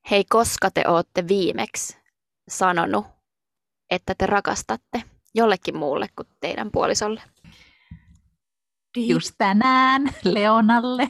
Hei, koska te ootte viimeksi sanonut, että te rakastatte jollekin muulle kuin teidän puolisolle? Just tänään Leonalle.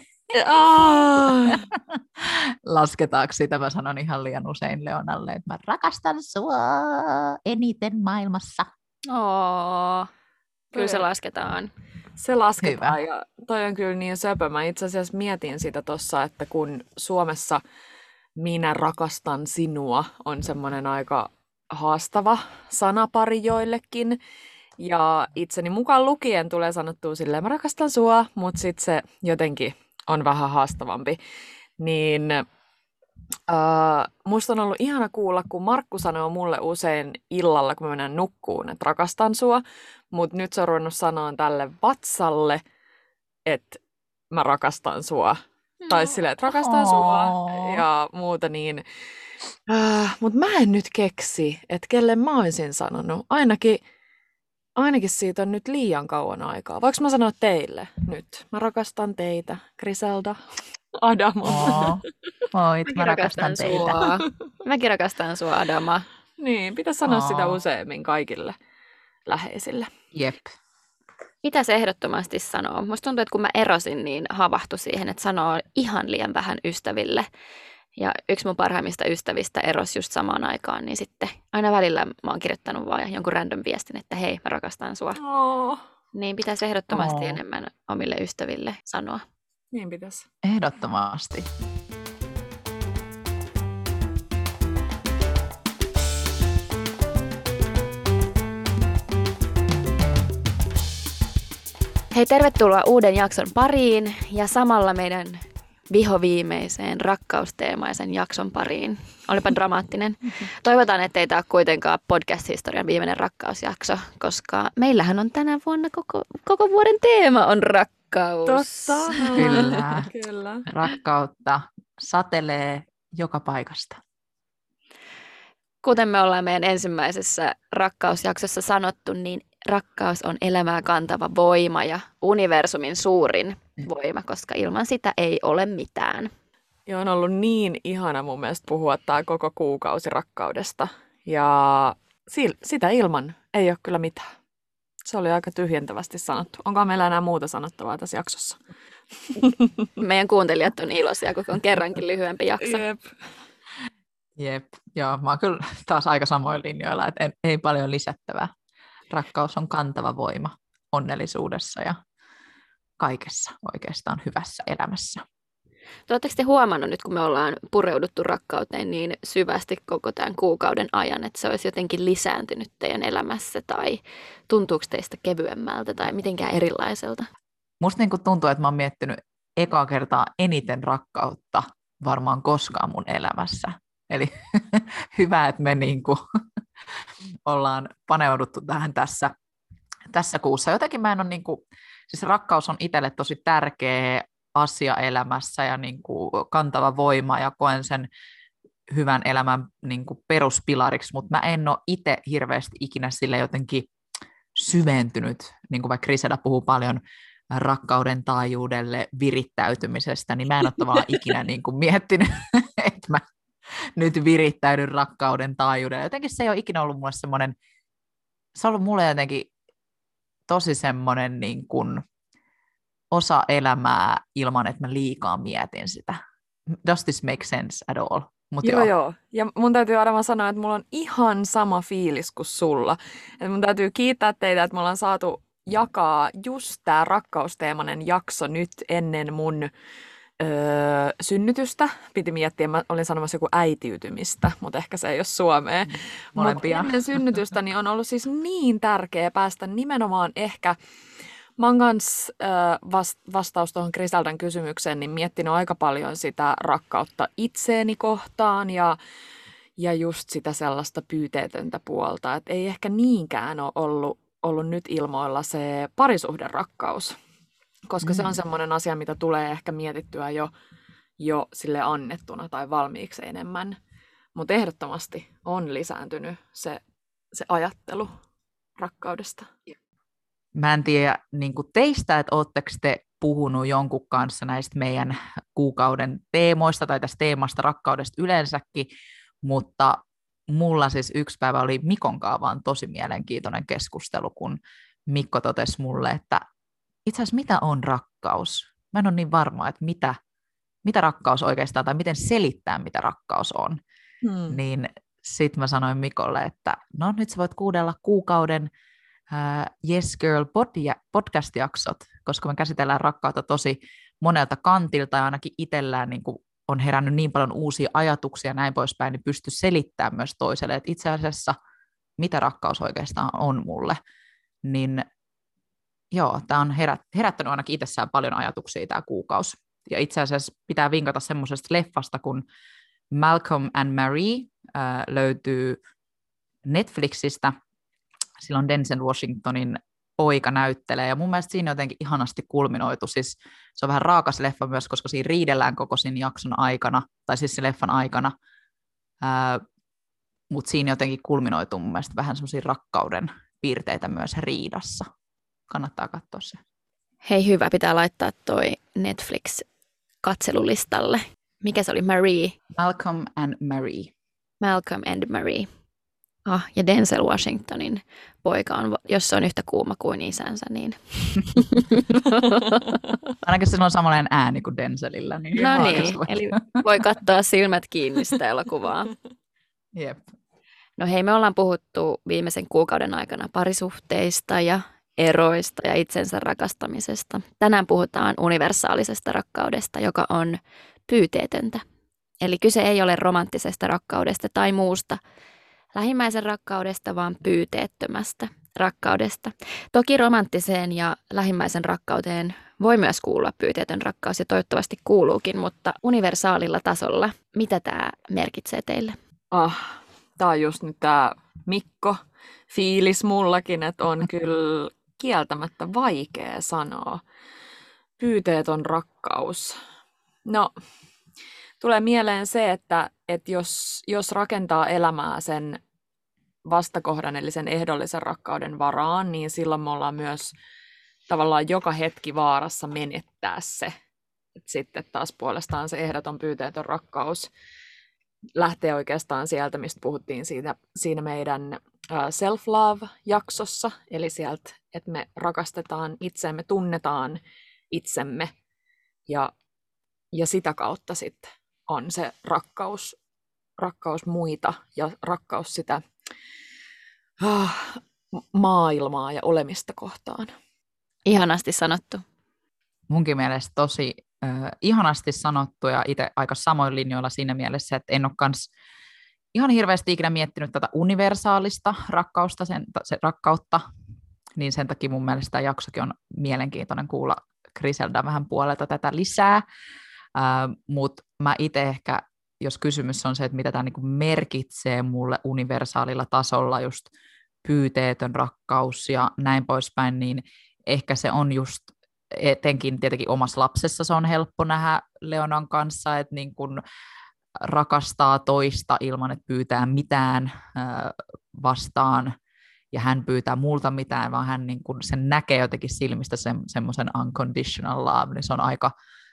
Lasketaanko sitä? Mä sanon ihan liian usein Leonalle, että mä rakastan sua eniten maailmassa. Kyllä se lasketaan. Se lasketaan. Hyvä. Ja toi on kyllä niin söpö. Mä itse asiassa mietin sitä tossa, että kun Suomessa minä rakastan sinua on semmoinen aika haastava sanapari joillekin. Ja itseni mukaan lukien tulee sanottua silleen, mä rakastan sua, mutta sitten se jotenkin on vähän haastavampi. Niin musta on ollut ihana kuulla, kun Markku sanoo mulle usein illalla, kun mä menen nukkuun, että rakastan sua. Mutta nyt se on ruvennut sanoa tälle vatsalle, että mä rakastan sua. Tai silleen, että rakastan sua ja muuta niin. Mutta mä en nyt keksi, että kelle mä olisin sanonut. Ainakin siitä on nyt liian kauan aikaa. Voinko mä sanoa teille nyt? Mä rakastan teitä, Griselda, Adama. Voit, mä rakastan teitä. Sua. Mäkin rakastan sua, Adama. Niin, pitäisi sanoa sitä useammin kaikille läheisille. Jep. Pitäisi ehdottomasti sanoa. Musta tuntuu, että kun mä erosin, niin havahtui siihen, että sanoo ihan liian vähän ystäville. Ja yksi mun parhaimmista ystävistä erosi just samaan aikaan, niin sitten aina välillä mä oon kirjoittanut vaan jonkun random viestin, että hei, mä rakastan sua. Niin pitäisi ehdottomasti enemmän omille ystäville sanoa. Niin pitäisi. Ehdottomasti. Hei, tervetuloa uuden jakson pariin ja samalla meidän vihoviimeiseen rakkausteemaisen jakson pariin. Olipa dramaattinen. Toivotaan, ettei tämä ole kuitenkaan podcast-historian viimeinen rakkausjakso, koska meillähän on tänä vuonna koko vuoden teema on rakkaus. Totta. Kyllä. Rakkautta satelee joka paikasta. Kuten me ollaan meidän ensimmäisessä rakkausjaksossa sanottu, niin rakkaus on elämää kantava voima ja universumin suurin voima, koska ilman sitä ei ole mitään. Ja on ollut niin ihana mun mielestä puhua tää koko kuukausi rakkaudesta. Ja sitä ilman ei ole kyllä mitään. Se oli aika tyhjentävästi sanottu. Onko meillä enää muuta sanottavaa tässä jaksossa? Meidän kuuntelijat on iloisia, kun on kerrankin lyhyempi jakso. Jep. Joo, mä oon kyllä taas aika samoin linjoilla, että ei paljon lisättävää. Rakkaus on kantava voima onnellisuudessa ja kaikessa oikeastaan hyvässä elämässä. Oletteko te huomannut nyt, kun me ollaan pureuduttu rakkauteen niin syvästi koko tämän kuukauden ajan, että se olisi jotenkin lisääntynyt teidän elämässä tai tuntuuko teistä kevyemmältä tai mitenkään erilaiselta? Musta niin kuin tuntuu, että mä oon miettinyt ekaa kertaa eniten rakkautta varmaan koskaan mun elämässä. Eli hyvä, että me niin kuin ollaan paneuduttu tähän tässä kuussa. Jotenkin mä en ole niin kuin, siis rakkaus on itselle tosi tärkeä asia elämässä ja niin kuin kantava voima ja koen sen hyvän elämän niin kuin peruspilariksi, mutta mä en ole itse hirveästi ikinä sille jotenkin syventynyt, niin kuin vaikka Griselda puhuu paljon rakkauden taajuudelle virittäytymisestä, niin mä en ole tavallaan ikinä niin kuin miettinyt, että mä nyt virittäydyn rakkauden taajuudelle. Jotenkin se ei ole ikinä ollut mulle semmoinen, se on ollut mulle jotenkin tosi semmoinen niin kuin osa elämää ilman, että mä liikaa mietin sitä. Does this make sense at all? Joo. Ja mun täytyy Adama sanoa, että mulla on ihan sama fiilis kuin sulla. Et mun täytyy kiittää teitä, että me ollaan saatu jakaa just tää rakkausteemainen jakso nyt ennen mun synnytystä. Piti miettiä, mä olin sanomassa joku äitiytymistä, mutta ehkä se ei ole suomea. Molempia. Mutta ennen synnytystä niin on ollut siis niin tärkeää päästä nimenomaan ehkä. Mä oon kans vastaus tuohon Griseldan kysymykseen, niin miettinyt aika paljon sitä rakkautta itseeni kohtaan ja just sitä sellaista pyyteetöntä puolta. Että ei ehkä niinkään ole ollut nyt ilmoilla se parisuhderakkaus, koska se on semmoinen asia, mitä tulee ehkä mietittyä jo sille annettuna tai valmiiksi enemmän. Mutta ehdottomasti on lisääntynyt se ajattelu rakkaudesta. Mä en tiedä niin kuin teistä, että ootteko te puhunut jonkun kanssa näistä meidän kuukauden teemoista tai tästä teemasta rakkaudesta yleensäkin, mutta mulla siis yksi päivä oli Mikon kanssa vaan tosi mielenkiintoinen keskustelu, kun Mikko totesi mulle, että itse asiassa mitä on rakkaus? Mä en ole niin varma, että mitä rakkaus oikeastaan, tai miten selittää, mitä rakkaus on. Niin sitten mä sanoin Mikolle, että no nyt sä voit kuunnella kuukauden Yes Girl podcast-jaksot, koska me käsitellään rakkautta tosi monelta kantilta, ja ainakin itsellään niin kuin on herännyt niin paljon uusia ajatuksia ja näin poispäin, niin pysty selittämään myös toiselle, että itse asiassa mitä rakkaus oikeastaan on mulle. Niin joo, tämä on herättänyt ainakin itsessään paljon ajatuksia tämä kuukausi. Ja itse asiassa pitää vinkata semmoisesta leffasta, kun Malcolm and Marie löytyy Netflixistä. Silloin Denzel Washingtonin poika näyttelee, ja mun mielestä siinä jotenkin ihanasti kulminoitu. Siis se on vähän raakas leffa myös, koska siinä riidellään koko siinä jakson aikana, tai siis se leffan aikana, mutta siinä jotenkin kulminoituu mun mielestä vähän semmoisia rakkauden piirteitä myös riidassa. Kannattaa katsoa se. Hei hyvä, pitää laittaa toi Netflix-katselulistalle. Mikä se oli? Marie? Malcolm and Marie. Malcolm and Marie. Ja Denzel Washingtonin poika on, jos se on yhtä kuuma kuin isänsä, niin... Ainakin sillä on samanlainen ääni kuin Denzelillä. Niin no niin, eli voi katsoa silmät kiinni sitä elokuvaa. Jep. No hei, me ollaan puhuttu viimeisen kuukauden aikana parisuhteista ja eroista ja itsensä rakastamisesta. Tänään puhutaan universaalisesta rakkaudesta, joka on pyyteetöntä. Eli kyse ei ole romanttisesta rakkaudesta tai muusta lähimmäisen rakkaudesta, vaan pyyteettömästä rakkaudesta. Toki romanttiseen ja lähimmäisen rakkauteen voi myös kuulua pyyteetön rakkaus ja toivottavasti kuuluukin, mutta universaalilla tasolla, mitä tämä merkitsee teille? Tämä on just nyt tämä Mikko-fiilis mullakin, että on kyllä kieltämättä vaikea sanoa. Pyyteetön rakkaus. No, tulee mieleen se, että jos rakentaa elämää sen vastakohdan, eli sen ehdollisen rakkauden varaan, niin silloin me ollaan myös tavallaan joka hetki vaarassa menettää se. Et sitten taas puolestaan se ehdoton pyyteetön rakkaus lähtee oikeastaan sieltä, mistä puhuttiin siinä meidän self-love-jaksossa, eli sieltä, että me rakastetaan itseämme, tunnetaan itsemme, ja sitä kautta sitten on se rakkaus muita ja rakkaus sitä maailmaa ja olemista kohtaan. Ihanasti sanottu. Munkin mielestä tosi ihanasti sanottu ja itse aika samoin linjoilla siinä mielessä, että en ole kans ihan hirveästi ikinä miettinyt tätä universaalista rakkautta, niin sen takia mun mielestä tämä jaksokin on mielenkiintoinen kuulla Griselda vähän puolelta tätä lisää, mutta mä itse ehkä, jos kysymys on se, että mitä tämä niinku merkitsee mulle universaalilla tasolla, just pyyteetön rakkaus ja näin poispäin, niin ehkä se on just etenkin tietenkin omassa lapsessa se on helppo nähdä Leonan kanssa, että niin kun rakastaa toista ilman, että pyytää mitään vastaan ja hän pyytää multa mitään, vaan hän niin kun sen näkee jotenkin silmistä semmoisen unconditional love, niin se on aika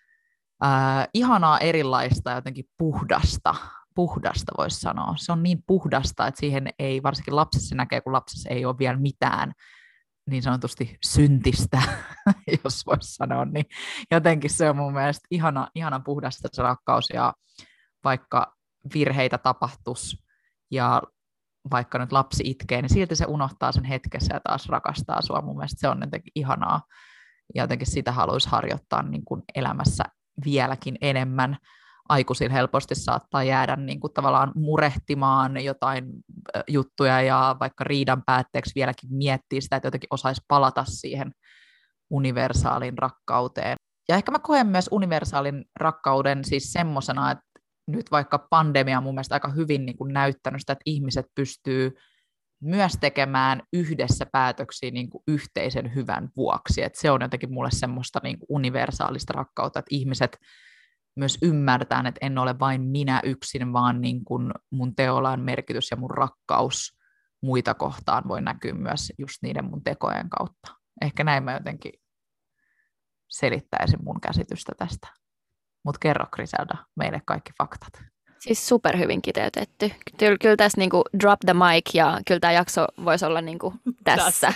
ihanaa, erilaista, jotenkin puhdasta voisi sanoa. Se on niin puhdasta, että siihen ei, varsinkin lapsessa näkee, kun lapsessa ei ole vielä mitään niin sanotusti syntistä, jos voisi sanoa, niin jotenkin se on mun mielestä ihana puhdasta se rakkaus, ja vaikka virheitä tapahtuisi ja vaikka nyt lapsi itkee, niin silti se unohtaa sen hetkessä ja taas rakastaa sua. Mun mielestä se on jotenkin ihanaa, ja jotenkin sitä haluaisi harjoittaa niin kuin elämässä vieläkin enemmän. Aikuisilla helposti saattaa jäädä niin kuin tavallaan murehtimaan jotain juttuja ja vaikka riidan päätteeksi vieläkin miettiä sitä, että jotenkin osaisi palata siihen universaalin rakkauteen. Ja ehkä mä koen myös universaalin rakkauden siis semmosena, että nyt vaikka pandemia on mun mielestä aika hyvin niin kuin näyttänyt sitä, että ihmiset pystyy myös tekemään yhdessä päätöksiä niin kuin yhteisen hyvän vuoksi. Että se on jotenkin mulle semmoista niin kuin universaalista rakkautta, että ihmiset myös ymmärtää, että en ole vain minä yksin, vaan niin kuin mun teolla on merkitys ja mun rakkaus muita kohtaan voi näkyä myös just niiden mun tekojen kautta. Ehkä näin mä jotenkin selittäisin mun käsitystä tästä. Mutta kerro Griselda meille kaikki faktat. Siis superhyvin kiteytetty. Kyllä tässä niinku drop the mic ja kyllä tämä jakso voisi olla niinku tässä.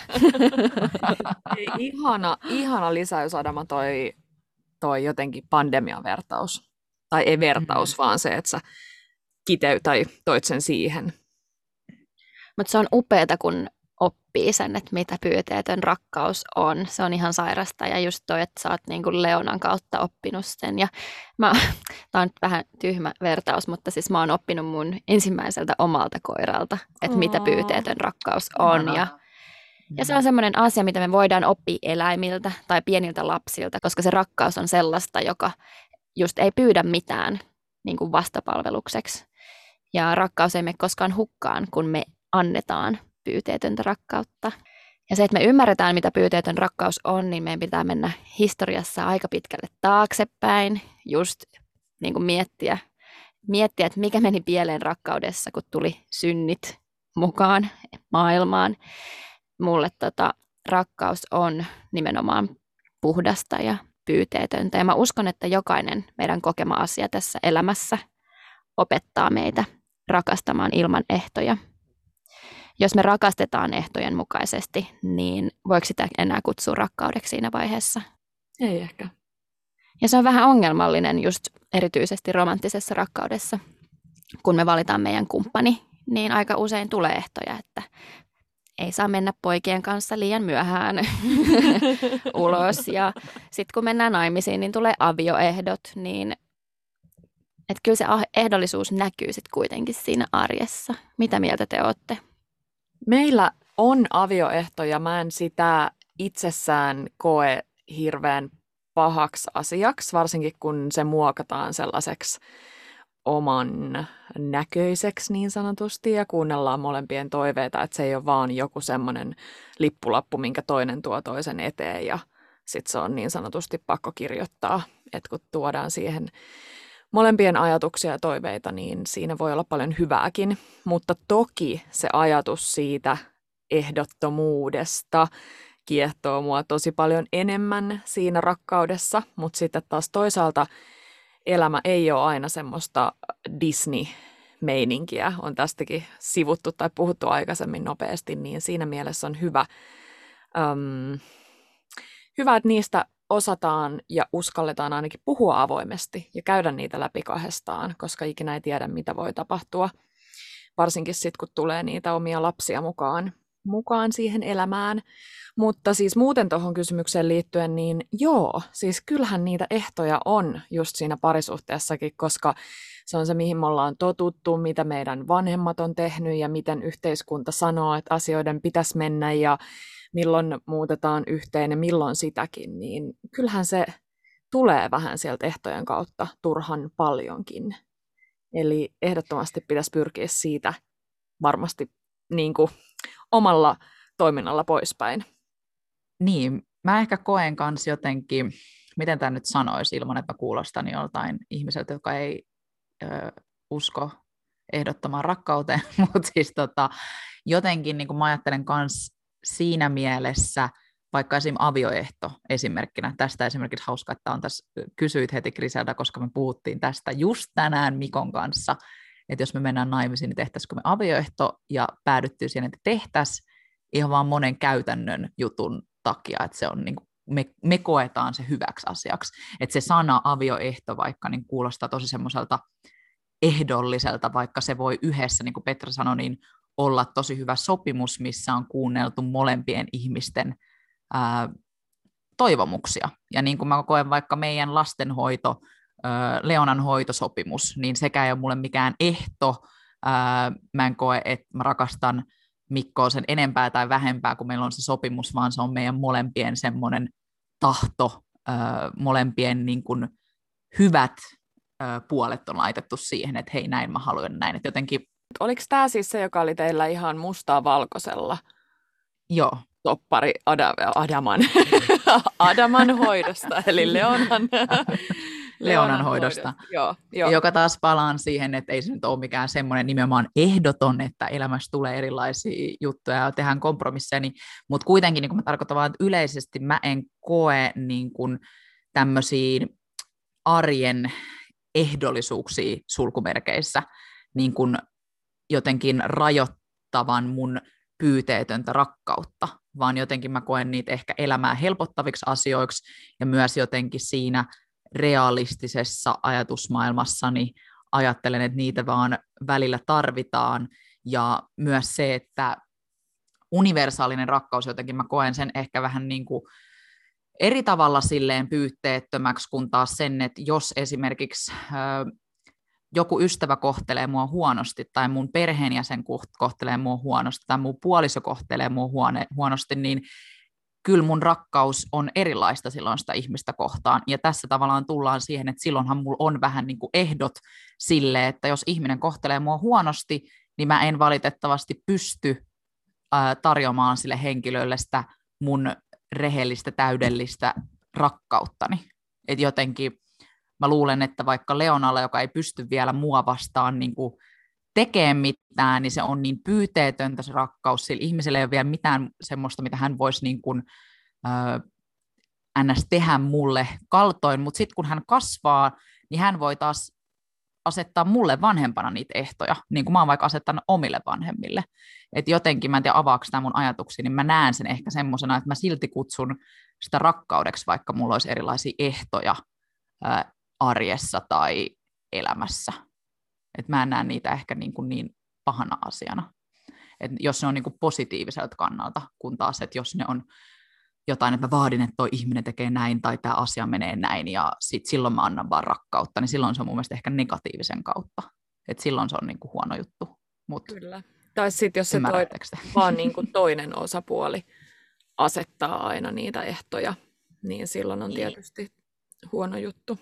Ei, ihana lisäys, Adama, toi jotenkin pandemian vertaus. Tai ei vertaus, vaan se, että sä tai toit sen siihen. Mutta se on upeata, kun oppii sen, että mitä pyyteetön rakkaus on. Se on ihan sairasta ja just toi, että sä oot niinku Leonan kautta oppinut sen. Ja tää on nyt vähän tyhmä vertaus, mutta siis mä oon oppinut mun ensimmäiseltä omalta koiralta, että mitä pyyteetön rakkaus on. Ja se on semmoinen asia, mitä me voidaan oppia eläimiltä tai pieniltä lapsilta, koska se rakkaus on sellaista, joka just ei pyydä mitään niin kuin vastapalvelukseksi. Ja rakkaus ei mene koskaan hukkaan, kun me annetaan pyyteetöntä rakkautta. Ja se, että me ymmärretään, mitä pyyteetön rakkaus on, niin meidän pitää mennä historiassa aika pitkälle taaksepäin, just niin kuin miettiä, että mikä meni pieleen rakkaudessa, kun tuli synnit mukaan maailmaan. Mulle rakkaus on nimenomaan puhdasta ja pyyteetöntä. Ja mä uskon, että jokainen meidän kokema asia tässä elämässä opettaa meitä rakastamaan ilman ehtoja. Jos me rakastetaan ehtojen mukaisesti, niin voiko sitä enää kutsua rakkaudeksi siinä vaiheessa? Ei ehkä. Ja se on vähän ongelmallinen just erityisesti romanttisessa rakkaudessa. Kun me valitaan meidän kumppani, niin aika usein tulee ehtoja, että ei saa mennä poikien kanssa liian myöhään ulos. Ja sitten kun mennään naimisiin, niin tulee avioehdot. Niin, että kyllä se ehdollisuus näkyy sitten kuitenkin siinä arjessa. Mitä mieltä te olette? Meillä on avioehto ja mä en sitä itsessään koe hirveän pahaksi asiaksi, varsinkin kun se muokataan sellaiseksi oman näköiseksi niin sanotusti ja kuunnellaan molempien toiveita, että se ei ole vaan joku semmoinen lippulappu, minkä toinen tuo toisen eteen ja sitten se on niin sanotusti pakko kirjoittaa, että kun tuodaan siihen molempien ajatuksia ja toiveita, niin siinä voi olla paljon hyvääkin, mutta toki se ajatus siitä ehdottomuudesta kiehtoo mua tosi paljon enemmän siinä rakkaudessa, mutta sitten taas toisaalta elämä ei ole aina semmoista Disney-meininkiä, on tästäkin sivuttu tai puhuttu aikaisemmin nopeasti, niin siinä mielessä on hyvä, että niistä osataan ja uskalletaan ainakin puhua avoimesti ja käydä niitä läpi kahdestaan, koska ikinä ei tiedä, mitä voi tapahtua, varsinkin sitten, kun tulee niitä omia lapsia mukaan siihen elämään. Mutta siis muuten tuohon kysymykseen liittyen, niin joo, siis kyllähän niitä ehtoja on just siinä parisuhteessakin, koska se on se, mihin me ollaan totuttu, mitä meidän vanhemmat on tehnyt ja miten yhteiskunta sanoo, että asioiden pitäisi mennä ja milloin muutetaan yhteen ja milloin sitäkin, niin kyllähän se tulee vähän sieltä ehtojen kautta turhan paljonkin. Eli ehdottomasti pitäisi pyrkiä siitä varmasti niin kuin omalla toiminnalla poispäin. Niin, mä ehkä koen kanssa jotenkin, miten tämä nyt sanoisi ilman, että mä kuulostan joltain ihmiseltä, joka ei usko ehdottomaan rakkauteen, mutta siis jotenkin niin kuin mä ajattelen kanssa siinä mielessä, vaikka esimerkiksi avioehto esimerkkinä, tästä esimerkiksi hauska, että on tässä, kysyit heti Griselda, koska me puhuttiin tästä just tänään Mikon kanssa, että jos me mennään naimisiin, niin tehtäisikö me avioehto, ja päädyttyy siihen, että tehtäisiin ihan vaan monen käytännön jutun takia, että se on niin kuin, me koetaan se hyväksi asiaksi, että se sana avioehto vaikka niin kuulostaa tosi semmoiselta ehdolliselta, vaikka se voi yhdessä, niin kuin Petra sanoi, niin olla tosi hyvä sopimus, missä on kuunneltu molempien ihmisten toivomuksia. Ja niin kuin mä koen vaikka meidän lastenhoito, Leonan hoitosopimus, niin sekä ei ole mulle mikään ehto. Mä en koe, että mä rakastan Mikkoa sen enempää tai vähempää, kun meillä on se sopimus, vaan se on meidän molempien semmoinen tahto, molempien niin kuin hyvät puolet on laitettu siihen, että hei, näin mä haluan näin. Että jotenkin... Oliko tämä siis se, joka oli teillä ihan mustaa valkoisella? Joo. Toppari Adaman hoidosta, eli Leonan hoidosta. Joo. Joka taas palaan siihen, että ei se nyt ole mikään semmoinen nimenomaan ehdoton, että elämässä tulee erilaisia juttuja ja tehdään kompromisseja, mutta kuitenkin niin kun mä tarkoitan vaan, että yleisesti mä en koe niin kun tämmöisiä arjen ehdollisuuksia sulkumerkeissä niin kuin jotenkin rajoittavan mun pyyteetöntä rakkautta, vaan jotenkin mä koen niitä ehkä elämää helpottaviksi asioiksi ja myös jotenkin siinä realistisessa ajatusmaailmassani ajattelen, että niitä vaan välillä tarvitaan ja myös se, että universaalinen rakkaus jotenkin mä koen sen ehkä vähän niin kuin eri tavalla silleen pyytteettömäksi kuin taas sen, että jos esimerkiksi joku ystävä kohtelee mua huonosti, tai mun perheenjäsen kohtelee mua huonosti, tai mun puoliso kohtelee mua huonosti, niin kyllä mun rakkaus on erilaista silloin sitä ihmistä kohtaan. Ja tässä tavallaan tullaan siihen, että silloinhan mulla on vähän niin kuin ehdot sille, että jos ihminen kohtelee mua huonosti, niin mä en valitettavasti pysty tarjoamaan sille henkilölle sitä mun rehellistä, täydellistä rakkauttani. Et jotenkin mä luulen, että vaikka Leonalla, joka ei pysty vielä mua vastaan niin kuin tekemään mitään, niin se on niin pyyteetöntä se rakkaus. Sillä ihmisellä ei ole vielä mitään semmoista, mitä hän voisi niin kuin, ns. Tehdä mulle kaltoin, mutta sitten kun hän kasvaa, niin hän voi taas asettaa mulle vanhempana niitä ehtoja, niin kuin mä oon vaikka asettanut omille vanhemmille. Että jotenkin, mä en tiedä avaako tämä mun ajatuksia, niin mä näen sen ehkä semmoisena, että mä silti kutsun sitä rakkaudeksi, vaikka mulla olisi erilaisia ehtoja arjessa tai elämässä. Että mä en näe niitä ehkä niin pahana asiana. Et jos ne on niin kuin positiiviselta kannalta, kun taas, että jos ne on jotain, että mä vaadin, että toi ihminen tekee näin tai tämä asia menee näin ja silloin mä annan vaan rakkautta, niin silloin se on mun mielestä ehkä negatiivisen kautta. Että silloin se on niin kuin huono juttu. Kyllä. Tai sitten jos se vaan niin kuin toinen osapuoli asettaa aina niitä ehtoja, niin silloin on tietysti huono juttu.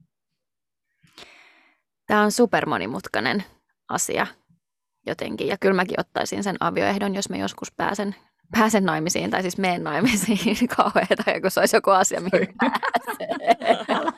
Tämä on supermonimutkainen asia jotenkin, ja kyllä mäkin ottaisin sen avioehdon, jos mä joskus pääsen naimisiin, tai siis menen naimisiin kauheeta, kun se olisi joku asia, mihin pääsee.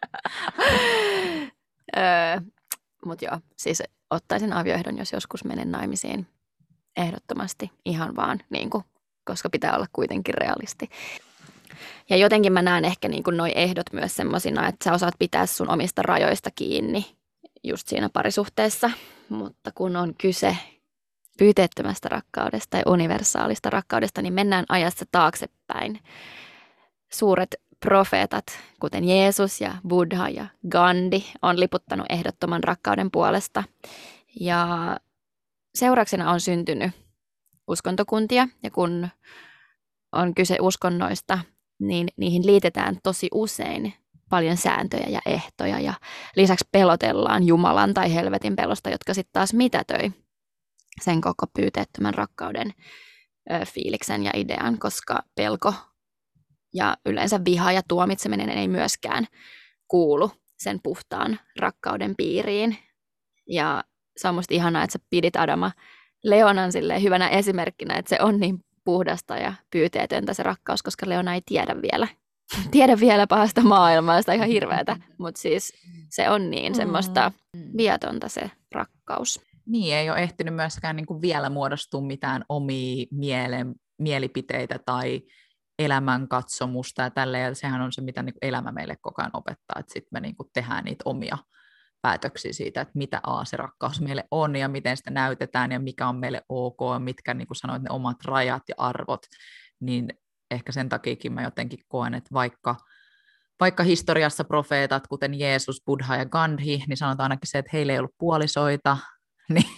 Mutta joo, siis ottaisin avioehdon, jos joskus menen naimisiin ehdottomasti, ihan vaan, niin kuin, koska pitää olla kuitenkin realisti. Ja jotenkin mä näen ehkä niin kuin noi ehdot myös semmosina, että sä osaat pitää sun omista rajoista kiinni just siinä parisuhteessa, mutta kun on kyse pyyteettömästä rakkaudesta ja universaalista rakkaudesta, niin mennään ajassa taaksepäin. Suuret profeetat, kuten Jeesus ja Buddha ja Gandhi, on liputtanut ehdottoman rakkauden puolesta. Ja seurauksena on syntynyt uskontokuntia, ja kun on kyse uskonnoista, niin niihin liitetään tosi usein paljon sääntöjä ja ehtoja, ja lisäksi pelotellaan Jumalan tai helvetin pelosta, jotka sitten taas mitätöi sen koko pyyteettömän rakkauden fiiliksen ja idean, koska pelko ja yleensä viha ja tuomitseminen ei myöskään kuulu sen puhtaan rakkauden piiriin. Ja se on musta ihanaa, että sä pidit Adama Leonan silleen hyvänä esimerkkinä, että se on niin puhdasta ja pyyteetöntä se rakkaus, koska Leona ei tiedä vielä pahasta maailmaa, sitä ihan hirveätä, mutta siis se on niin semmoista viatonta se rakkaus. Niin, ei ole ehtinyt myöskään niin kuin vielä muodostua mitään omia mielipiteitä tai elämänkatsomusta ja tälleen, ja sehän on se, mitä niin kuin elämä meille koko ajan opettaa, että sitten me niin kuin tehdään niitä omia päätöksiä siitä, että mitä se rakkaus meille on ja miten sitä näytetään ja mikä on meille ok, mitkä niin kuin sanoit, ne omat rajat ja arvot, niin ehkä sen takiakin mä jotenkin koen, että vaikka historiassa profeetat, kuten Jeesus, Buddha ja Gandhi, niin sanotaan ainakin se, että heillä ei ollut puolisoita, niin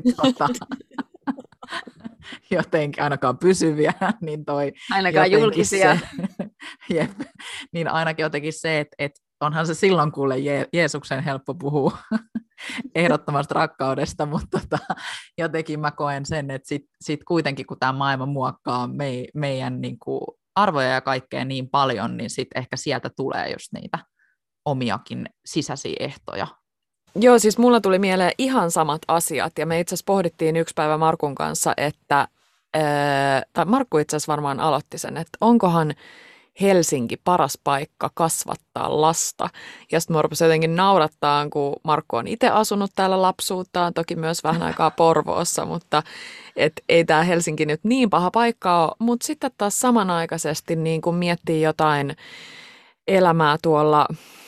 jotenkin ainakaan pysyviä, niin ainakaan julkisia. Niin ainakin jotenkin se, että onhan se silloin kuule Jeesuksen helppo puhua ehdottomasta rakkaudesta, mutta jotenkin mä koen sen, että sit kuitenkin kun tämä maailma muokkaa meidän niin kuin arvoja ja kaikkea niin paljon, niin sitten ehkä sieltä tulee just niitä omiakin sisäisiä ehtoja. Joo, siis mulla tuli mieleen ihan samat asiat, ja me itse asiassa pohdittiin yksi päivä Markun kanssa, tai Markku itse asiassa varmaan aloitti sen, että onkohan Helsinki paras paikka kasvattaa lasta. Ja sitten mä rupesin jotenkin naurattaa, kun Markku on itse asunut täällä lapsuuttaan, toki myös vähän aikaa Porvoossa, mutta ei tämä Helsinki nyt niin paha paikka ole. Mutta sitten taas samanaikaisesti niin kun miettii jotain elämää tuolla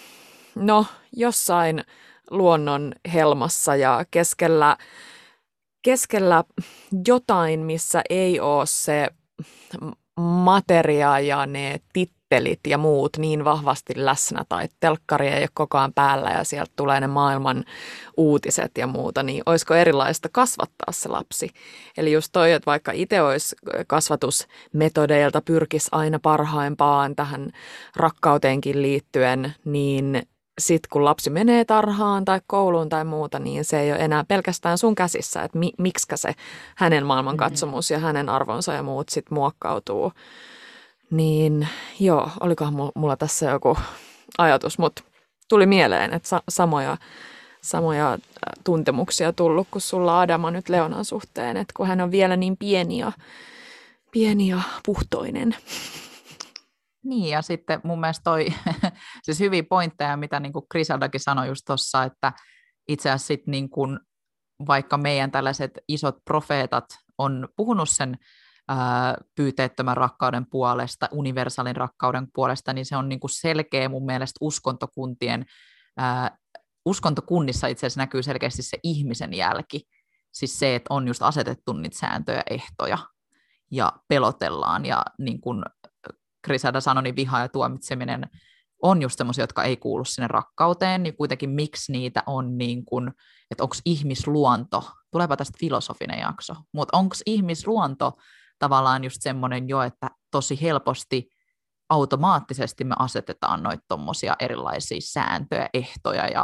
No, jossain luonnon helmassa ja keskellä jotain, missä ei ole se materia ja ne tittelit ja muut niin vahvasti läsnä tai telkkari ei ole koko ajan päällä ja sieltä tulee ne maailman uutiset ja muuta, niin olisiko erilaista kasvattaa se lapsi? Eli just toi, että vaikka itse olisi kasvatusmetodeilta pyrkisi aina parhaimpaan tähän rakkauteenkin liittyen, niin sitten kun lapsi menee tarhaan tai kouluun tai muuta, niin se ei ole enää pelkästään sun käsissä, että miksikä se hänen maailmankatsomus ja hänen arvonsa ja muut sitten muokkautuu. Niin joo, olikohan mulla tässä joku ajatus, mutta tuli mieleen, että samoja tuntemuksia tullut kuin sulla Adama nyt Leonan suhteen, että kun hän on vielä niin pieni ja puhtoinen. Niin, ja sitten mun mielestä toi, siis hyviä pointteja, mitä niin kuin Griseldakin sanoi just tuossa, että itse asiassa sit niin kuin, vaikka meidän tällaiset isot profeetat on puhunut sen pyyteettömän rakkauden puolesta, universaalin rakkauden puolesta, niin se on niin kuin selkeä mun mielestä uskontokunnissa itse asiassa näkyy selkeästi se ihmisen jälki, siis se, että on just asetettu niitä sääntöjä, ehtoja ja pelotellaan ja niin kuin Griselda sanoi, niin viha ja tuomitseminen on just semmoisia, jotka ei kuulu sinne rakkauteen, niin kuitenkin miksi niitä on niin kuin, että onko ihmisluonto, tuleepa tästä filosofinen jakso, mutta onko ihmisluonto tavallaan just semmoinen jo, että tosi helposti automaattisesti me asetetaan noita tommosia erilaisia sääntöjä, ehtoja ja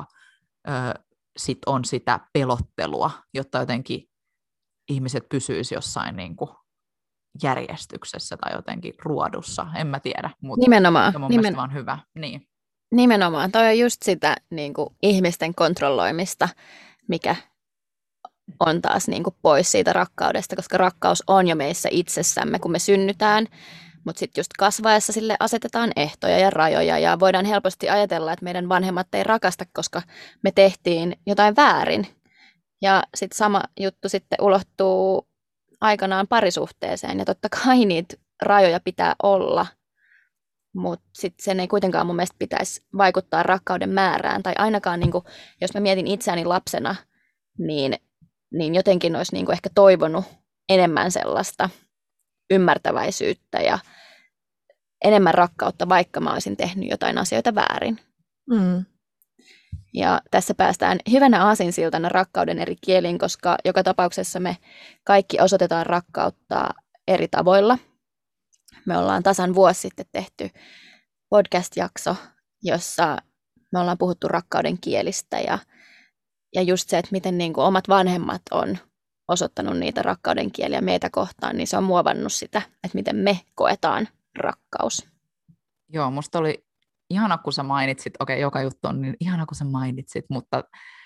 sit on sitä pelottelua, jotta jotenkin ihmiset pysyisi jossain niin kuin järjestyksessä tai jotenkin ruodussa, en mä tiedä, mutta Nimenomaan. se on mun mielestä vaan hyvä. Niin. Nimenomaan, toi on just sitä niin kuin ihmisten kontrolloimista, mikä on taas niin kuin pois siitä rakkaudesta, koska rakkaus on jo meissä itsessämme, kun me synnytään, mutta sitten just kasvaessa sille asetetaan ehtoja ja rajoja ja voidaan helposti ajatella, että meidän vanhemmat ei rakasta, koska me tehtiin jotain väärin. Ja sitten sama juttu sitten ulottuu aikanaan parisuhteeseen ja totta kai niitä rajoja pitää olla, mutta sitten sen ei kuitenkaan mun mielestä pitäisi vaikuttaa rakkauden määrään tai ainakaan, niin kuin, jos mä mietin itseäni lapsena, niin jotenkin olisi niin kuin ehkä toivonut enemmän sellaista ymmärtäväisyyttä ja enemmän rakkautta, vaikka mä olisin tehnyt jotain asioita väärin. Mm. Ja tässä päästään hyvänä aasinsiltana rakkauden eri kieliin, koska joka tapauksessa me kaikki osoitetaan rakkautta eri tavoilla. Me ollaan tasan vuosi sitten tehty podcast-jakso, jossa me ollaan puhuttu rakkauden kielistä ja just se, että miten niin kuin omat vanhemmat on osoittanut niitä rakkauden kieliä meitä kohtaan, niin se on muovannut sitä, että miten me koetaan rakkaus. Joo, musta oli ihana, kun sä mainitsit, okei, joka juttu on niin ihana, kun sä mainitsit, mutta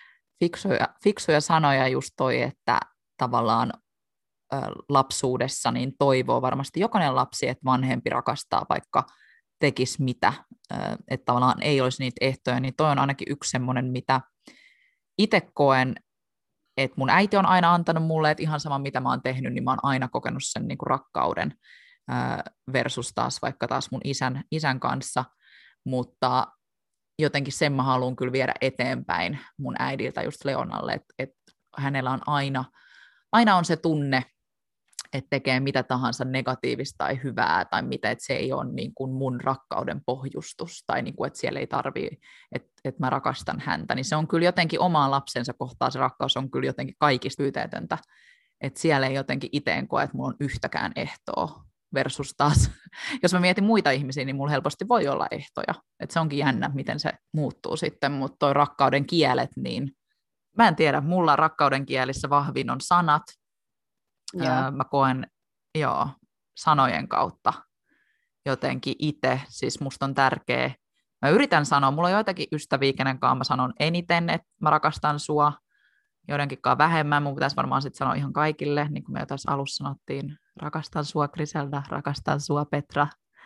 fiksuja sanoja just toi, että tavallaan lapsuudessa niin toivoo varmasti jokainen lapsi, että vanhempi rakastaa, vaikka tekisi mitä, että tavallaan ei olisi niitä ehtoja, niin toi on ainakin yksi semmoinen, mitä itse koen, että mun äiti on aina antanut mulle, että ihan sama mitä mä oon tehnyt, niin mä oon aina kokenut sen niin kuin rakkauden versus taas vaikka taas mun isän kanssa, mutta jotenkin sen mä haluan kyllä viedä eteenpäin mun äidiltä just Leonalle, että hänellä on aina on se tunne, että tekee mitä tahansa negatiivista tai hyvää tai mitä, että se ei ole niin kuin mun rakkauden pohjustus tai niin kuin, että siellä ei tarvii, että mä rakastan häntä, niin se on kyllä jotenkin omaa lapsensa kohtaan, se rakkaus on kyllä jotenkin kaikista pyyteetöntä, että siellä ei jotenkin itse koe, että mulla on yhtäkään ehtoa versus taas, jos mä mietin muita ihmisiä, niin mulla helposti voi olla ehtoja, että se onkin jännä, miten se muuttuu sitten, mutta toi rakkauden kielet, niin mä en tiedä, mulla rakkauden kielissä vahvin on sanat. Mä koen sanojen kautta jotenkin itse, siis musta on tärkeä. Mä yritän sanoa, mulla on joitakin ystäviä, kenen kanssa mä sanon eniten, että mä rakastan sua, joidenkinkaan vähemmän, mun pitäisi varmaan sitten sanoa ihan kaikille, niin kuin me jo tässä alussa sanottiin, rakastan sua Griselda, rakastan sua Petra.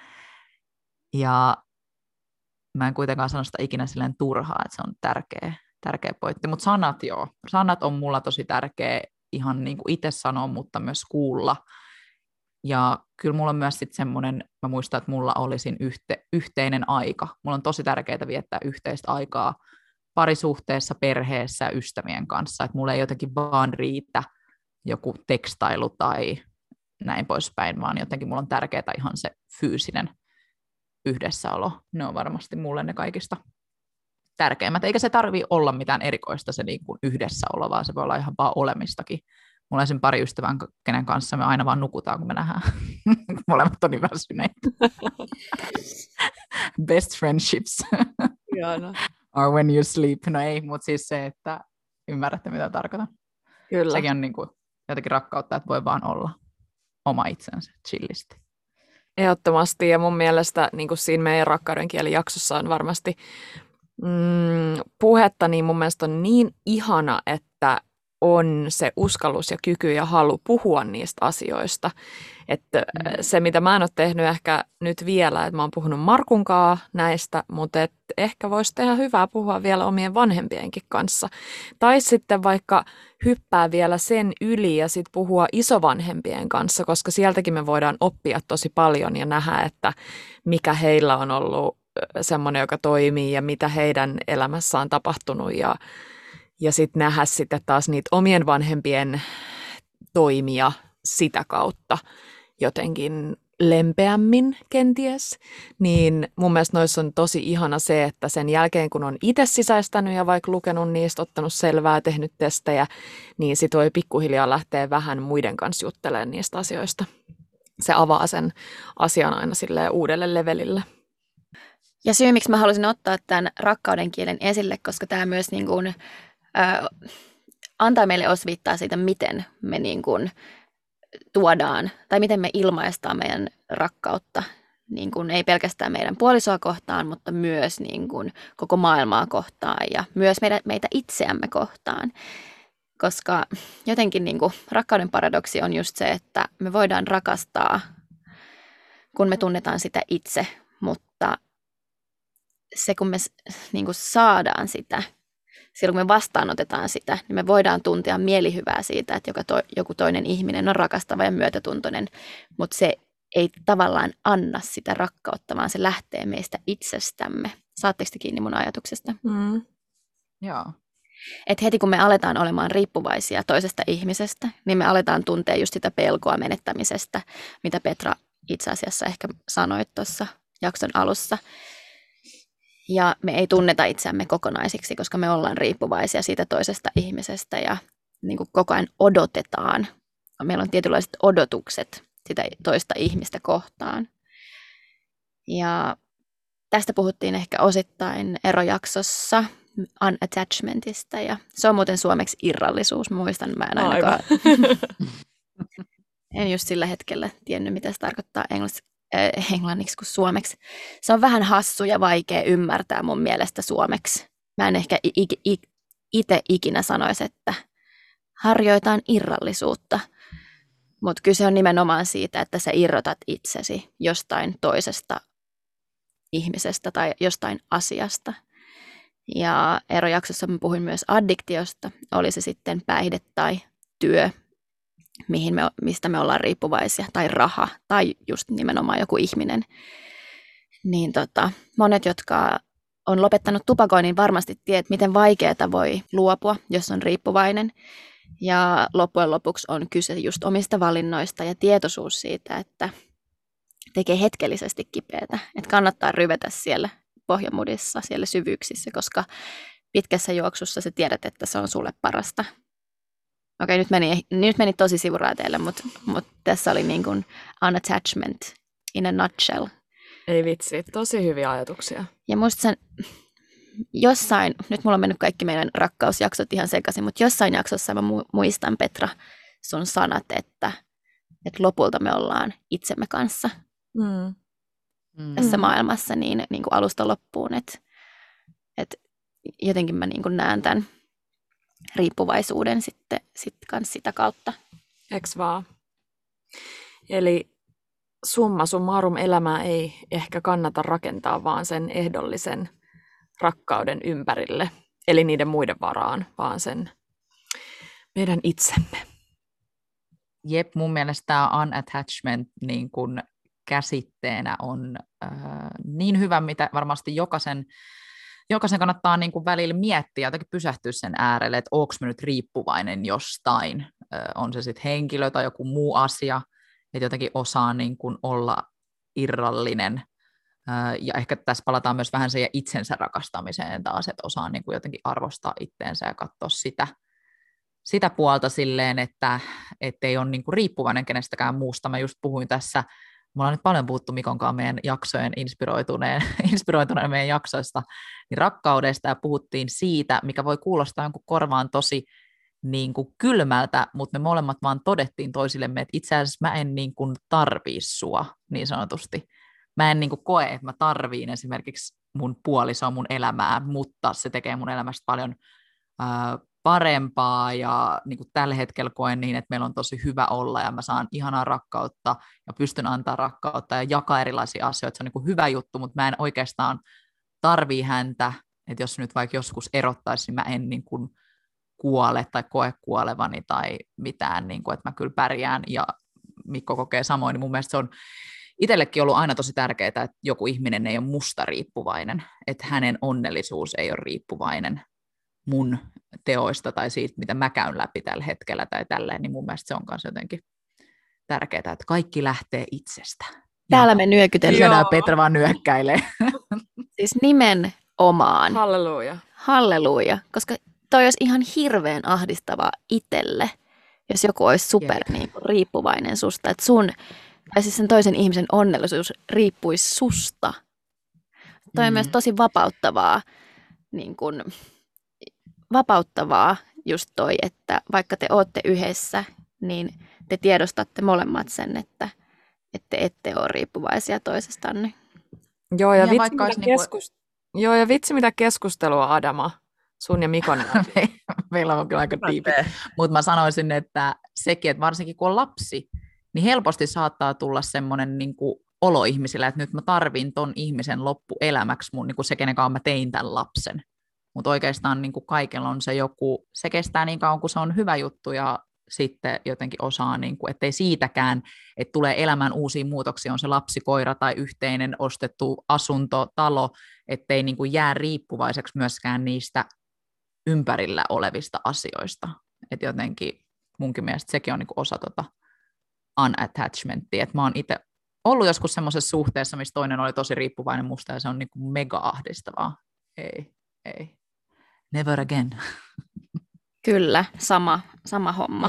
Ja mä en kuitenkaan sano sitä ikinä silleen turhaa, että se on tärkeä pointti, mutta sanat on mulla tosi tärkeä ihan niin kuin itse sanoa, mutta myös kuulla. Ja kyllä mulla on myös sitten semmoinen, mä muistan, että mulla olisi yhteinen aika. Mulla on tosi tärkeää viettää yhteistä aikaa parisuhteessa, perheessä, ystävien kanssa. Että mulla ei jotenkin vaan riitä joku tekstailu tai näin poispäin, vaan jotenkin mulla on tärkeää ihan se fyysinen yhdessäolo. Ne on varmasti mulle ne kaikista tärkeimmät. Eikä se tarvitse olla mitään erikoista se niin kuin yhdessäolo, vaan se voi olla ihan vaan olemistakin. Mulla on sen pari ystävän, kenen kanssa me aina vaan nukutaan, kun me nähdään. Molemmat on niin väsyneitä. Best friendships are when you sleep. No ei, mutta siis se, että ymmärrätte, mitä tarkoitan. Kyllä. Sekin on niin kuin jotenkin rakkautta, että voi vaan olla oma itsensä chillisti. Ehdottomasti, ja mun mielestä niin kuin siinä meidän rakkauden kieli jaksossa on varmasti puhetta, niin mun mielestä on niin ihana, että on se uskallus ja kyky ja halu puhua niistä asioista. Että se, mitä mä en ole tehnyt ehkä nyt vielä, että mä oon puhunut Markunkaan näistä, mutta ehkä voisi tehdä hyvää puhua vielä omien vanhempienkin kanssa. Tai sitten vaikka hyppää vielä sen yli ja sitten puhua isovanhempien kanssa, koska sieltäkin me voidaan oppia tosi paljon ja nähdä, että mikä heillä on ollut semmoinen, joka toimii ja mitä heidän elämässä on tapahtunut ja sitten nähdä sitten taas niitä omien vanhempien toimia sitä kautta jotenkin lempeämmin kenties, niin mun mielestä noissa on tosi ihana se, että sen jälkeen kun on itse sisäistänyt ja vaikka lukenut niistä, ottanut selvää, tehnyt testejä, niin sit voi pikkuhiljaa lähteä vähän muiden kanssa juttelemaan niistä asioista. Se avaa sen asian aina silleen uudelle levelille. Ja syy, miksi mä halusin ottaa tämän rakkauden kielen esille, koska tämä myös niin kuin, antaa meille osviittaa siitä, miten me niin kuin tuodaan tai miten me ilmaistaan meidän rakkautta, niin kuin ei pelkästään meidän puolisoa kohtaan, mutta myös niin kuin koko maailmaa kohtaan ja myös meitä itseämme kohtaan. Koska jotenkin niin kuin rakkauden paradoksi on just se, että me voidaan rakastaa, kun me tunnetaan sitä itse, mutta se kun me niin kuin saadaan sitä, silloin kun me vastaanotetaan sitä, niin me voidaan tuntea mielihyvää siitä, että joku toinen ihminen on rakastava ja myötätuntoinen, mutta se ei tavallaan anna sitä rakkautta, vaan se lähtee meistä itsestämme. Saatteko te kiinni mun ajatuksesta? Joo. Et heti kun me aletaan olemaan riippuvaisia toisesta ihmisestä, niin me aletaan tuntea just sitä pelkoa menettämisestä, mitä Petra itse asiassa ehkä sanoit tuossa jakson alussa. Ja me ei tunneta itseämme kokonaisiksi, koska me ollaan riippuvaisia siitä toisesta ihmisestä ja niin kuin koko ajan odotetaan. Meillä on tietynlaiset odotukset sitä toista ihmistä kohtaan. Ja tästä puhuttiin ehkä osittain erojaksossa unattachmentista ja se on muuten suomeksi irrallisuus. Muistan, mä en ainakaan. En just sillä hetkellä tiennyt, mitä se tarkoittaa englanniksi kuin suomeksi. Se on vähän hassu ja vaikea ymmärtää mun mielestä suomeksi. Mä en ehkä itse ikinä sanoisi, että harjoitaan irrallisuutta. Mutta kyse on nimenomaan siitä, että sä irrotat itsesi jostain toisesta ihmisestä tai jostain asiasta. Ja erojaksossa mä puhuin myös addiktiosta, oli se sitten päihde tai työ, mistä me ollaan riippuvaisia, tai raha, tai just nimenomaan joku ihminen. Niin monet, jotka on lopettanut tupakoinnin, varmasti tiedät, miten vaikeaa voi luopua, jos on riippuvainen. Ja loppujen lopuksi on kyse just omista valinnoista ja tietoisuus siitä, että tekee hetkellisesti kipeätä. Että kannattaa ryvetä siellä pohjamudissa, siellä syvyyksissä, koska pitkässä juoksussa sä tiedät, että se on sulle parasta. Okei, nyt meni tosi sivuraiteille, mutta tässä oli niin kuin unattachment in a nutshell. Ei vitsi, tosi hyviä ajatuksia. Ja musta sen jossain, nyt mulla on mennyt kaikki meidän rakkausjaksot ihan sekaisin, mutta jossain jaksossa mä muistan, Petra, sun sanat, että lopulta me ollaan itsemme kanssa tässä maailmassa niin kuin alusta loppuun. Että jotenkin mä niin kuin näen tämän riippuvaisuuden sitten kans sitä kautta. Eks vaan? Eli summa summarum elämää ei ehkä kannata rakentaa vaan sen ehdollisen rakkauden ympärille, eli niiden muiden varaan, vaan sen meidän itsemme. Jep, mun mielestä tämä unattachment niin kun käsitteenä on niin hyvä, mitä varmasti jokaisen kannattaa niin kuin välillä miettiä, jotenkin pysähtyä sen äärelle, että onko mä nyt riippuvainen jostain, on se sitten henkilö tai joku muu asia, että jotenkin osaa niin kuin olla irrallinen. Ja ehkä tässä palataan myös vähän siihen itsensä rakastamiseen taas, että osaa niin kuin jotenkin arvostaa itteensä ja katsoa sitä puolta silleen, että ei ole niin kuin riippuvainen kenestäkään muusta. Mä just puhuin tässä, me ollaan nyt paljon puhuttu Mikon kanssa meidän jaksojen inspiroituneen meidän jaksoista, niin rakkaudesta, ja puhuttiin siitä, mikä voi kuulostaa jonkun korvaan tosi niin kuin kylmältä, mutta me molemmat vaan todettiin toisillemme, että itse asiassa mä en niin kuin tarvii sua niin sanotusti. Mä en niin kuin koe, että mä tarviin esimerkiksi mun puolisoa mun elämää, mutta se tekee mun elämästä paljon parempaa, ja niin kuin tällä hetkellä koen niin, että meillä on tosi hyvä olla ja mä saan ihanaa rakkautta ja pystyn antaa rakkautta ja jakaa erilaisia asioita. Se on niin kuin hyvä juttu, mutta mä en oikeastaan tarvii häntä, että jos nyt vaikka joskus erottaisi, niin mä en niin kuin kuole tai koe kuolevani tai mitään, niin kuin, että mä kyllä pärjään ja Mikko kokee samoin, niin mun mielestä se on itsellekin ollut aina tosi tärkeää, että joku ihminen ei ole musta riippuvainen, että hänen onnellisuus ei ole riippuvainen mun teoista tai siitä, mitä mä käyn läpi tällä hetkellä tai tälleen, niin mun mielestä se on myös jotenkin tärkeää, että kaikki lähtee itsestä. Täällä me nyökytellään. Petra vaan nyökkäilee. Siis nimenomaan. Halleluja. Halleluja, koska toi olisi ihan hirveän ahdistavaa itselle, jos joku olisi super niin kuin riippuvainen susta, että tai siis sen toisen ihmisen onnellisuus riippuisi susta. Toi on myös tosi vapauttavaa just toi, että vaikka te ootte yhdessä, niin te tiedostatte molemmat sen, että ette ole riippuvaisia toisestanne. Joo, ja vitsi mitä keskustelua, Adama, sun ja Mikon. Meillä on kyllä aika tiipi. Mutta mä sanoisin, että sekin, että varsinkin kun on lapsi, niin helposti saattaa tulla semmoinen niin kuin olo ihmisillä, että nyt mä tarvin ton ihmisen loppuelämäksi mun, niin kuin se, kenen kanssa mä tein tämän lapsen. Mutta oikeastaan niin kuin kaikella on se joku, se kestää niin kauan, kun se on hyvä juttu, ja sitten jotenkin osaa, niin kuin, ettei siitäkään, että tulee elämään uusia muutoksia, on se lapsi, koira tai yhteinen ostettu asunto, talo, ettei niin kuin jää riippuvaiseksi myöskään niistä ympärillä olevista asioista. Että jotenkin munkin mielestä sekin on niin kuin osa unattachmentia, että mä oon itse ollut joskus semmoisessa suhteessa, missä toinen oli tosi riippuvainen musta, ja se on niin kuin mega ahdistavaa. Ei. Never again. Kyllä, sama homma.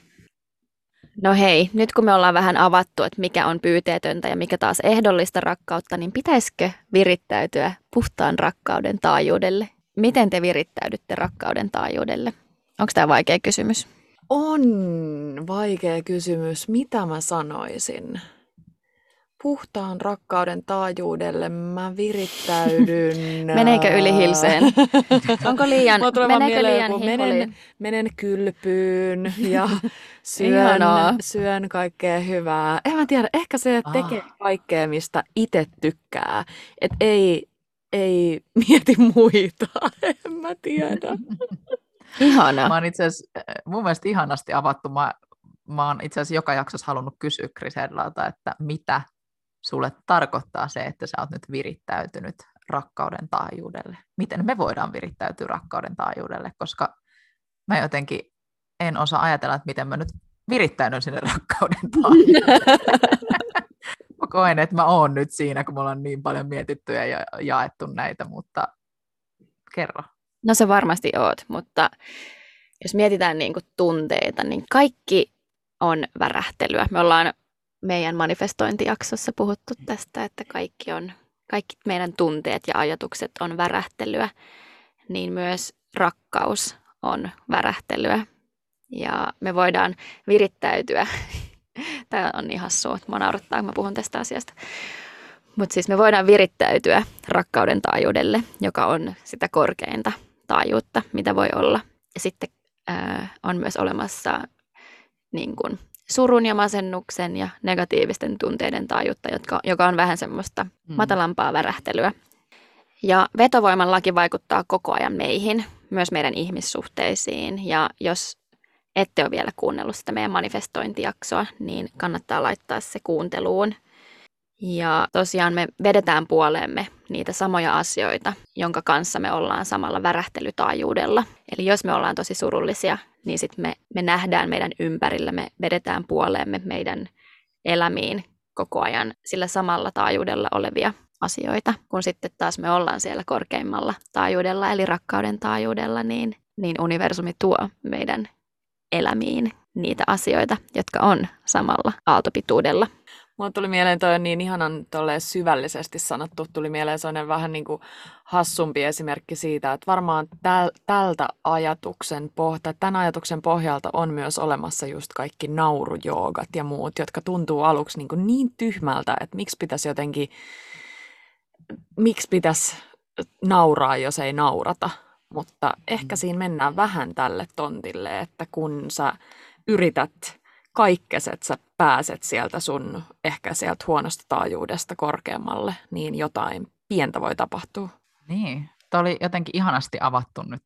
No hei, nyt kun me ollaan vähän avattu, että mikä on pyyteetöntä ja mikä taas ehdollista rakkautta, niin pitäisikö virittäytyä puhtaan rakkauden taajuudelle? Miten te virittäydytte rakkauden taajuudelle? Onko tämä vaikea kysymys? On vaikea kysymys. Mitä mä sanoisin? Puhtaan rakkauden taajuudelle mä virittäydyn. Meneekö yli hilseen? Onko meneekö liian hiholiin? Menen kylpyyn ja syön kaikkea hyvää. En mä tiedä, ehkä se tekee kaikkea, mistä itse tykkää. Et ei mieti muita, en mä tiedä. Ihanaa. Mä oon itse asiassa mun mielestä ihanasti avattu. Mä oon itse asiassa joka jaksossa halunnut kysyä Grisellalta, että mitä sulle tarkoittaa se, että sä oot nyt virittäytynyt rakkauden taajuudelle. Miten me voidaan virittäytyä rakkauden taajuudelle, koska mä jotenkin en osaa ajatella, että miten mä nyt virittäydyn sinne rakkauden taajuudelle. Mä koen, että mä oon nyt siinä, kun mulla on niin paljon mietitty ja jaettu näitä, mutta kerro. No se varmasti oot, mutta jos mietitään niin kuin tunteita, niin kaikki on värähtelyä. Me ollaan meidän manifestointijaksossa puhuttu tästä, että kaikki meidän tunteet ja ajatukset on värähtelyä, niin myös rakkaus on värähtelyä. Ja me voidaan virittäytyä. Tämä on niin hassua, että mua naurattaa, kun mä puhun tästä asiasta. Mutta siis me voidaan virittäytyä rakkauden taajuudelle, joka on sitä korkeinta taajuutta, mitä voi olla. Ja sitten on myös olemassa niin kuin surun ja masennuksen ja negatiivisten tunteiden taajuutta, joka on vähän semmoista matalampaa värähtelyä. Ja vetovoiman laki vaikuttaa koko ajan meihin, myös meidän ihmissuhteisiin. Ja jos ette ole vielä kuunnellut sitä meidän manifestointijaksoa, niin kannattaa laittaa se kuunteluun. Ja tosiaan me vedetään puoleemme niitä samoja asioita, jonka kanssa me ollaan samalla värähtelytaajuudella. Eli jos me ollaan tosi surullisia, niin sitten me nähdään meidän ympärillä, me vedetään puoleemme meidän elämiin koko ajan sillä samalla taajuudella olevia asioita. Kun sitten taas me ollaan siellä korkeimmalla taajuudella, eli rakkauden taajuudella, niin universumi tuo meidän elämiin niitä asioita, jotka on samalla aaltopituudella. Mulle tuli mieleen, toi on niin ihanan syvällisesti sanottu, tuli mieleen sellainen vähän niin kuin hassumpi esimerkki siitä, että varmaan tämän ajatuksen pohjalta on myös olemassa just kaikki naurujoogat ja muut, jotka tuntuu aluksi niin tyhmältä, että miksi pitäisi nauraa, jos ei naurata. Mutta ehkä siinä mennään vähän tälle tontille, että kun sä yrität kaikkes, että sä pääset ehkä sieltä huonosta taajuudesta korkeammalle, niin jotain pientä voi tapahtua. Niin, tämä oli jotenkin ihanasti avattu nyt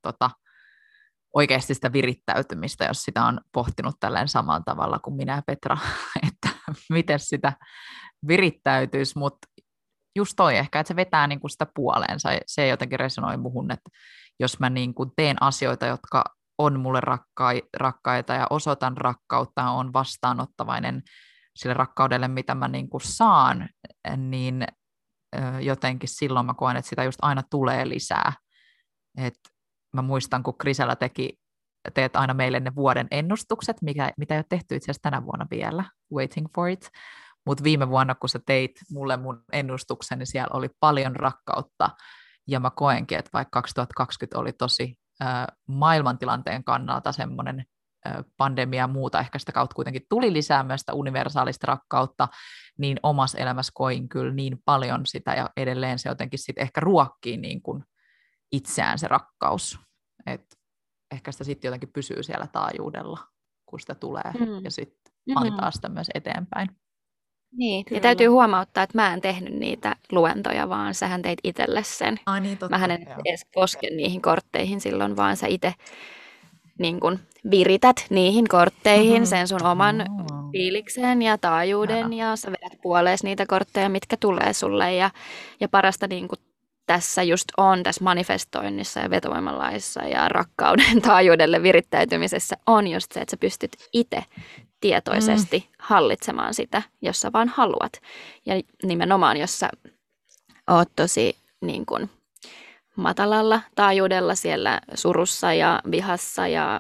oikeasti sitä virittäytymistä, jos sitä on pohtinut tälleen samalla tavalla kuin minä ja Petra, että miten sitä virittäytyisi, mutta just toi ehkä, että se vetää niin kuin sitä puoleensa, se jotenkin resonoi muhun, että jos mä niin kuin teen asioita, jotka on mulle rakkaita ja osoitan rakkautta, on vastaanottavainen sille rakkaudelle, mitä mä niin kuin saan, niin jotenkin silloin mä koen, että sitä just aina tulee lisää. Et mä muistan, kun Krisellä teet aina meille ne vuoden ennustukset, mitä ei ole tehty itse asiassa tänä vuonna vielä, waiting for it, mutta viime vuonna, kun sä teit mulle mun ennustuksen, niin siellä oli paljon rakkautta, ja mä koenkin, että vaikka 2020 oli tosi maailmantilanteen kannalta semmoinen pandemia ja muuta, ehkä sitä kautta kuitenkin tuli lisää myös sitä universaalista rakkautta, niin omassa elämässä koin kyllä niin paljon sitä, ja edelleen se jotenkin sitten ehkä ruokkii niin kuin itseään se rakkaus, että ehkä sitä sitten jotenkin pysyy siellä taajuudella, kun sitä tulee, ja sitten antaa sitä myös eteenpäin. Niin, kyllä. Ja täytyy huomauttaa, että mä en tehnyt niitä luentoja, vaan sähän teit itselle sen. Ai niin, totta. Mähän en edes koske niihin kortteihin silloin, vaan sä itse niin kun virität niihin kortteihin sen sun oman fiiliksen ja taajuuden, ja sä vedät puolees niitä kortteja, mitkä tulee sulle. Ja parasta niin kun tässä just on tässä manifestoinnissa ja vetovoimalaissa ja rakkauden taajuudelle virittäytymisessä on just se, että sä pystyt itse tietoisesti hallitsemaan sitä, jos sä vaan haluat. Ja nimenomaan, jos sä oot tosi niin kun, matalalla taajuudella siellä surussa ja vihassa ja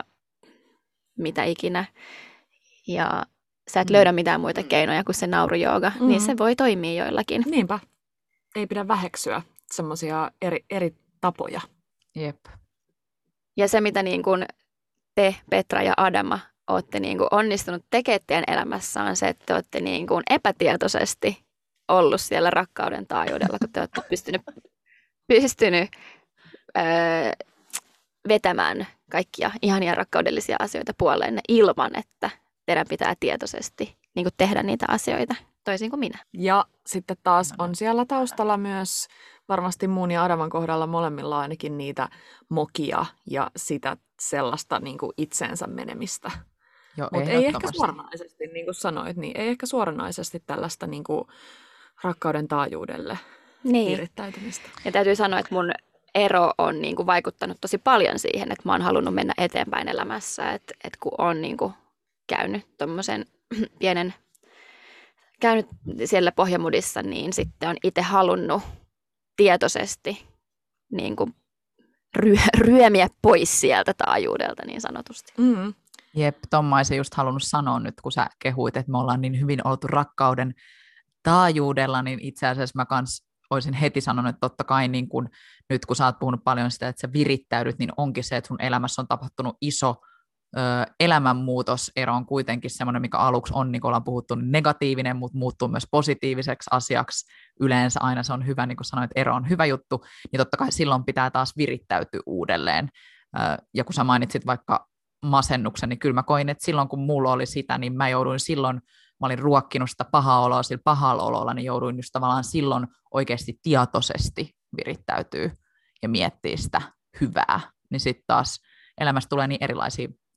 mitä ikinä, ja sä et löydä mitään muita keinoja kuin se naurujooga, niin se voi toimia joillakin. Niinpä. Ei pidä väheksyä semmoisia eri tapoja. Jep. Ja se, mitä niin kun te, Petra ja Adama, olette niin kuin onnistunut tekemään teidän elämässä, on se, että te olette niin kuin epätietoisesti ollut siellä rakkauden taajuudella, kun te olette pystynyt vetämään kaikkia ihania rakkaudellisia asioita puoleenne ilman, että teidän pitää tietoisesti niin kuin tehdä niitä asioita, toisin kuin minä. Ja sitten taas on siellä taustalla myös varmasti mun ja Adaman kohdalla molemmilla ainakin niitä mokia ja sitä sellaista niin kuin itseensä menemistä. Mutta ei ehkä suoranaisesti, niin kuin sanoit, niin ei ehkä suoranaisesti tällaista niin kuin rakkauden taajuudelle virittäytymistä. Ja täytyy sanoa, että mun ero on niin kuin vaikuttanut tosi paljon siihen, että mä oon halunnut mennä eteenpäin elämässä, että kun on niin kuin käynyt tommosen käynyt siellä pohjamudissa, niin sitten on itse halunnut tietoisesti niin kuin ryömiä pois sieltä taajuudelta niin sanotusti. Jep, Tomma olisin just halunnut sanoa nyt, kun sä kehuit, että me ollaan niin hyvin oltu rakkauden taajuudella, niin itse asiassa mä kans olisin heti sanonut, että totta kai niin kun, nyt kun sä oot puhunut paljon sitä, että sä virittäydyt, niin onkin se, että sun elämässä on tapahtunut iso elämänmuutos. Ero on kuitenkin semmoinen, mikä aluksi on, niin kuin ollaan puhuttu, niin negatiivinen, mutta muuttuu myös positiiviseksi asiaksi. Yleensä aina se on hyvä, niin kuin sanoit, että ero on hyvä juttu, niin totta kai silloin pitää taas virittäytyä uudelleen. Ja kun sä mainitsit vaikka masennuksen, niin kyllä mä koin, että silloin kun mulla oli sitä, niin mä olin ruokkinut sitä pahaa oloa, sillä pahalla ololla, niin jouduin just tavallaan silloin oikeasti tietoisesti virittäytyy ja miettiä sitä hyvää. Niin sitten taas elämässä tulee niin erilaisia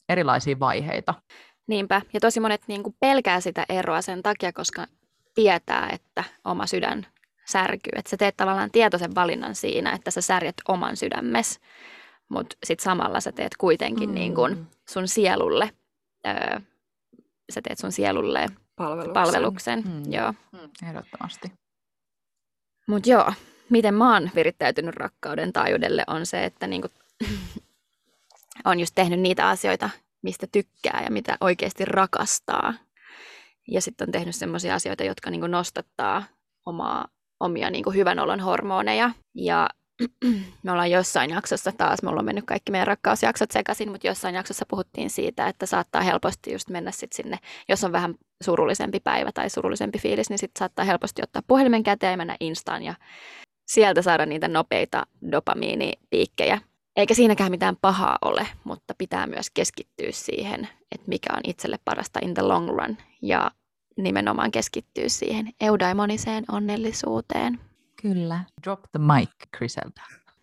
erilaisia vaiheita. Niinpä. Ja tosi monet niin kuin pelkää sitä eroa sen takia, koska tietää, että oma sydän särkyy. Että sä teet tavallaan tietoisen valinnan siinä, että sä särjet oman sydämes, mutta sitten samalla sä teet kuitenkin niin kuin sun sielulle, sä teet sun sielulle palveluksen. Joo. Ehdottomasti. Mutta joo, miten mä oon virittäytynyt rakkauden taajuudelle on se, että niinku on just tehnyt niitä asioita, mistä tykkää ja mitä oikeasti rakastaa. Ja sitten on tehnyt semmoisia asioita, jotka niinku nostattaa omia niinku hyvän olon hormoneja. Ja me ollaan jossain jaksossa taas, mulla on mennyt kaikki meidän rakkausjaksot sekaisin, mutta jossain jaksossa puhuttiin siitä, että saattaa helposti just mennä sit sinne, jos on vähän surullisempi päivä tai surullisempi fiilis, niin sitten saattaa helposti ottaa puhelimen käteen ja mennä Instaan ja sieltä saada niitä nopeita dopamiinipiikkejä. Eikä siinäkään mitään pahaa ole, mutta pitää myös keskittyä siihen, että mikä on itselle parasta in the long run ja nimenomaan keskittyä siihen eudaimoniseen onnellisuuteen. Kyllä. Drop the mic, Griselda.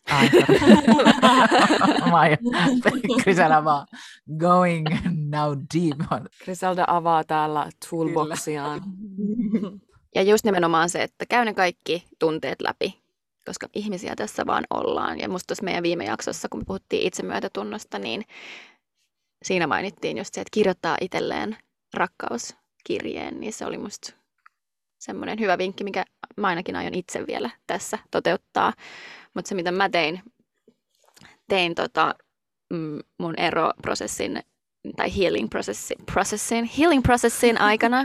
Griselda vaan going now deep on. Griselda avaa täällä toolboxiaan. Ja just nimenomaan se, että käy ne kaikki tunteet läpi, koska ihmisiä tässä vaan ollaan. Ja musta tuossa meidän viime jaksossa, kun me puhuttiin itsemyötätunnosta, niin siinä mainittiin just se, että kirjoittaa itselleen rakkauskirjeen, niin se oli musta semmoinen hyvä vinkki, mikä mä ainakin aion itse vielä tässä toteuttaa. Mutta se, mitä mä tein mun eroprosessin tai healing prosessin aikana,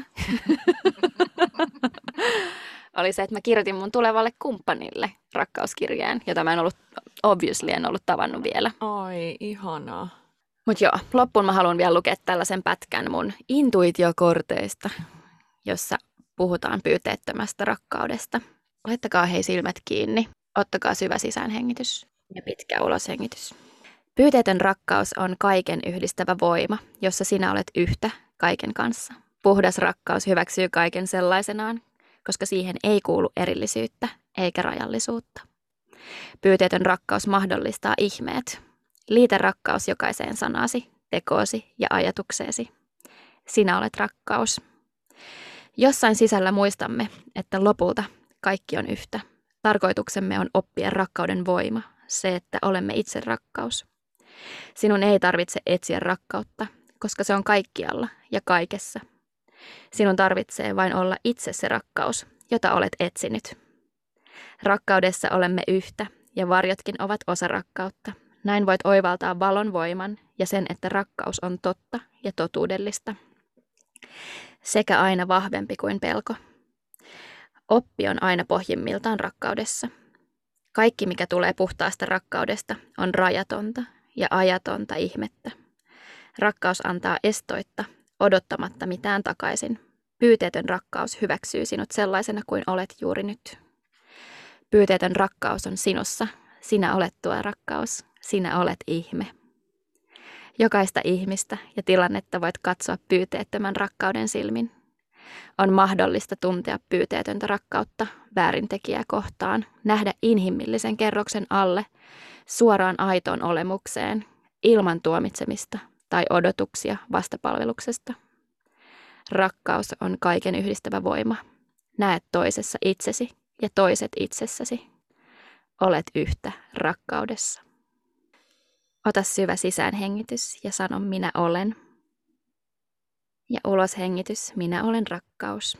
oli se, että mä kirjoitin mun tulevalle kumppanille rakkauskirjeen, jota mä en ollut tavannut vielä. Ai, ihanaa. Mutta joo, loppuun mä haluan vielä lukea tällaisen pätkän mun intuitiokorteista, jossa puhutaan pyyteettömästä rakkaudesta. Laittakaa hei silmät kiinni, ottakaa syvä sisäänhengitys ja pitkä uloshengitys. Pyyteetön rakkaus on kaiken yhdistävä voima, jossa sinä olet yhtä kaiken kanssa. Puhdas rakkaus hyväksyy kaiken sellaisenaan, koska siihen ei kuulu erillisyyttä eikä rajallisuutta. Pyyteetön rakkaus mahdollistaa ihmeet. Liitä rakkaus jokaiseen sanasi, tekoosi ja ajatukseesi. Sinä olet rakkaus. Jossain sisällä muistamme, että lopulta kaikki on yhtä. Tarkoituksemme on oppia rakkauden voima, se, että olemme itse rakkaus. Sinun ei tarvitse etsiä rakkautta, koska se on kaikkialla ja kaikessa. Sinun tarvitsee vain olla itse se rakkaus, jota olet etsinyt. Rakkaudessa olemme yhtä ja varjotkin ovat osa rakkautta. Näin voit oivaltaa valon voiman ja sen, että rakkaus on totta ja totuudellista. Sekä aina vahvempi kuin pelko. Oppi on aina pohjimmiltaan rakkaudessa. Kaikki, mikä tulee puhtaasta rakkaudesta, on rajatonta ja ajatonta ihmettä. Rakkaus antaa estoitta, odottamatta mitään takaisin. Pyyteetön rakkaus hyväksyy sinut sellaisena kuin olet juuri nyt. Pyyteetön rakkaus on sinussa. Sinä olet tuo rakkaus. Sinä olet ihme. Jokaista ihmistä ja tilannetta voit katsoa pyyteettömän rakkauden silmin. On mahdollista tuntea pyyteetöntä rakkautta väärintekijää kohtaan, nähdä inhimillisen kerroksen alle, suoraan aitoon olemukseen, ilman tuomitsemista tai odotuksia vastapalveluksesta. Rakkaus on kaiken yhdistävä voima. Näet toisessa itsesi ja toiset itsessäsi. Olet yhtä rakkaudessa. Ota syvä sisäänhengitys ja sano minä olen. Ja uloshengitys, minä olen rakkaus.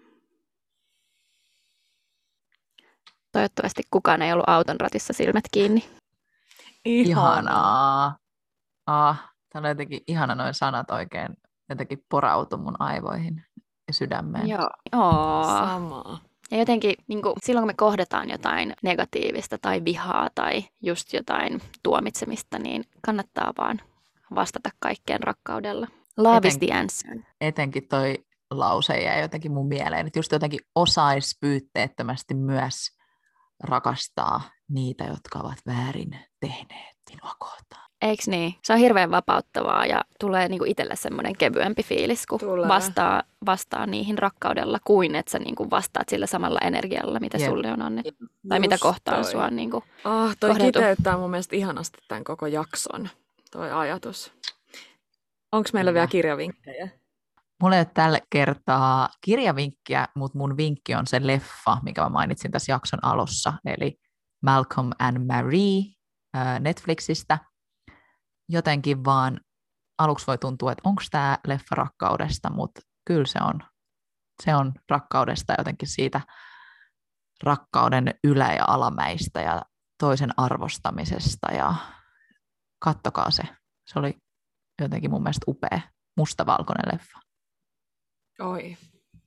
Toivottavasti kukaan ei ollut auton ratissa silmät kiinni. Ihanaa. Tämä on jotenkin ihana noin sanat oikein. Jotenkin porautu mun aivoihin ja sydämeen. Joo. Samaa. Ja jotenkin niin kuin, silloin kun me kohdataan jotain negatiivista tai vihaa tai just jotain tuomitsemista, niin kannattaa vaan vastata kaikkeen rakkaudella. Love is the answer. Etenkin toi lause jäi jotenkin mun mieleen, että just jotenkin osaisi pyytteettömästi myös rakastaa niitä, jotka ovat väärin tehneet minua kohtaan. Eiks niin? Se on hirveän vapauttavaa ja tulee niinku itselle semmoinen kevyempi fiilis, kun vastaa niihin rakkaudella, kuin että sä niinku vastaat sillä samalla energialla, mitä sulle on annettu. Tai mitä kohtaan sua on niinku toi kiteyttää mun mielestä ihanasti tämän koko jakson, toi ajatus. Onko meillä Kyllä. vielä kirjavinkkejä? Mulla ei ole tällä kertaa kirjavinkkiä, mutta mun vinkki on se leffa, mikä mä mainitsin tässä jakson alussa, eli Malcolm and Marie Netflixistä. Jotenkin vaan aluksi voi tuntua, että onko tämä leffa rakkaudesta, mutta kyllä se on rakkaudesta, jotenkin siitä rakkauden ylä- ja alamäistä ja toisen arvostamisesta, ja kattokaa se. Se oli jotenkin mun mielestä upea, mustavalkoinen leffa. Oi.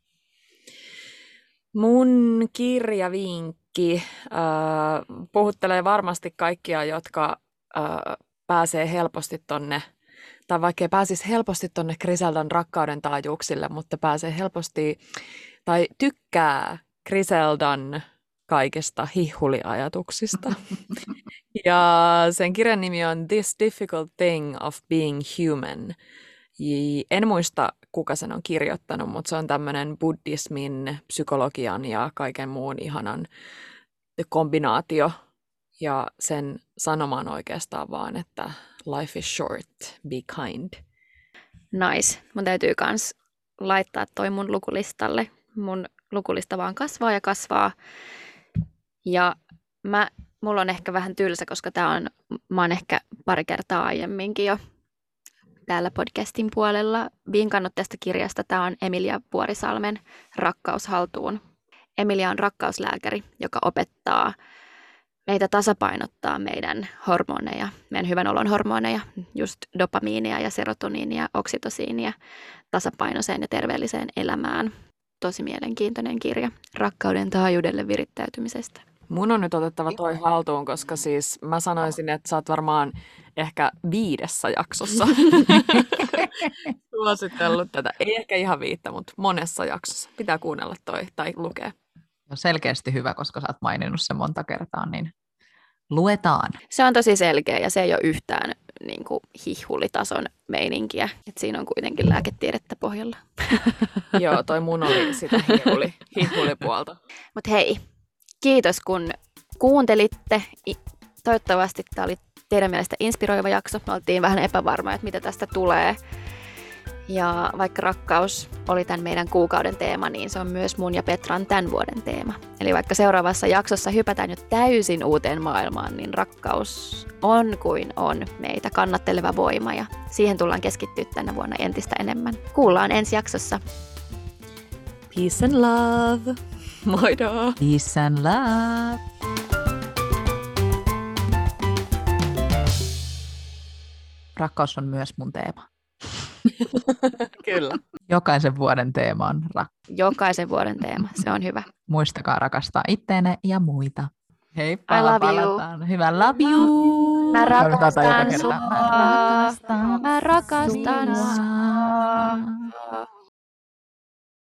Mun kirjavinkki puhuttelee varmasti kaikkia, jotka pääsee helposti tonne, tai vaikka ei pääsisi helposti tonne Griseldan rakkauden taajuuksille, mutta pääsee helposti, tai tykkää Griseldan kaikesta hihuliajatuksista. Ja sen kirjan nimi on This Difficult Thing of Being Human. En muista, kuka sen on kirjoittanut, mutta se on tämmöinen buddhismin, psykologian ja kaiken muun ihanan kombinaatio. Ja sen sanoma on oikeastaan vaan, että life is short, be kind. Nice. Mun täytyy kans laittaa toi mun lukulistalle. Mun lukulista vaan kasvaa ja kasvaa. Ja mulla on ehkä vähän tylsä, koska mä oon ehkä pari kertaa aiemminkin jo täällä podcastin puolella vinkannut tästä kirjasta. Tämä on Emilia Vuorisalmen Rakkaus haltuun. Emilia on rakkauslääkäri, joka opettaa meitä tasapainottaa meidän hormoneja, meidän hyvän olon hormoneja, just dopamiinia ja serotoniinia, oksitosiinia tasapainoiseen ja terveelliseen elämään. Tosi mielenkiintoinen kirja rakkauden taajuudelle virittäytymisestä. Mun on nyt otettava toi haltuun, koska siis mä sanoisin, että sä oot varmaan ehkä 5 jaksossa suositellut tätä. Ei ehkä ihan 5, mutta monessa jaksossa. Pitää kuunnella toi tai lukea. No selkeästi hyvä, koska sä oot maininnut sen monta kertaa, niin luetaan. Se on tosi selkeä ja se ei ole yhtään niin kuin hihulitason meininkiä. Et siinä on kuitenkin lääketiedettä pohjalla. Joo, toi mun oli sitä hihulipuolta. Mutta hei, kiitos kun kuuntelitte. Toivottavasti tämä oli teidän mielestä inspiroiva jakso. Me oltiin vähän epävarmoja, että mitä tästä tulee. Ja vaikka rakkaus oli tämän meidän kuukauden teema, niin se on myös mun ja Petran tämän vuoden teema. Eli vaikka seuraavassa jaksossa hypätään jo täysin uuteen maailmaan, niin rakkaus on kuin on meitä kannatteleva voima. Ja siihen tullaan keskittyä tänä vuonna entistä enemmän. Kuullaan ensi jaksossa. Peace and love. Moido. Peace and love. Rakkaus on myös mun teema. Kyllä. Jokaisen vuoden teema on Jokaisen vuoden teema, se on hyvä. Muistakaa rakastaa itteenne ja muita. Heippa, I love palataan. You. Hyvä, love you. Mä rakastan sua. sua. Mä rakastan sua.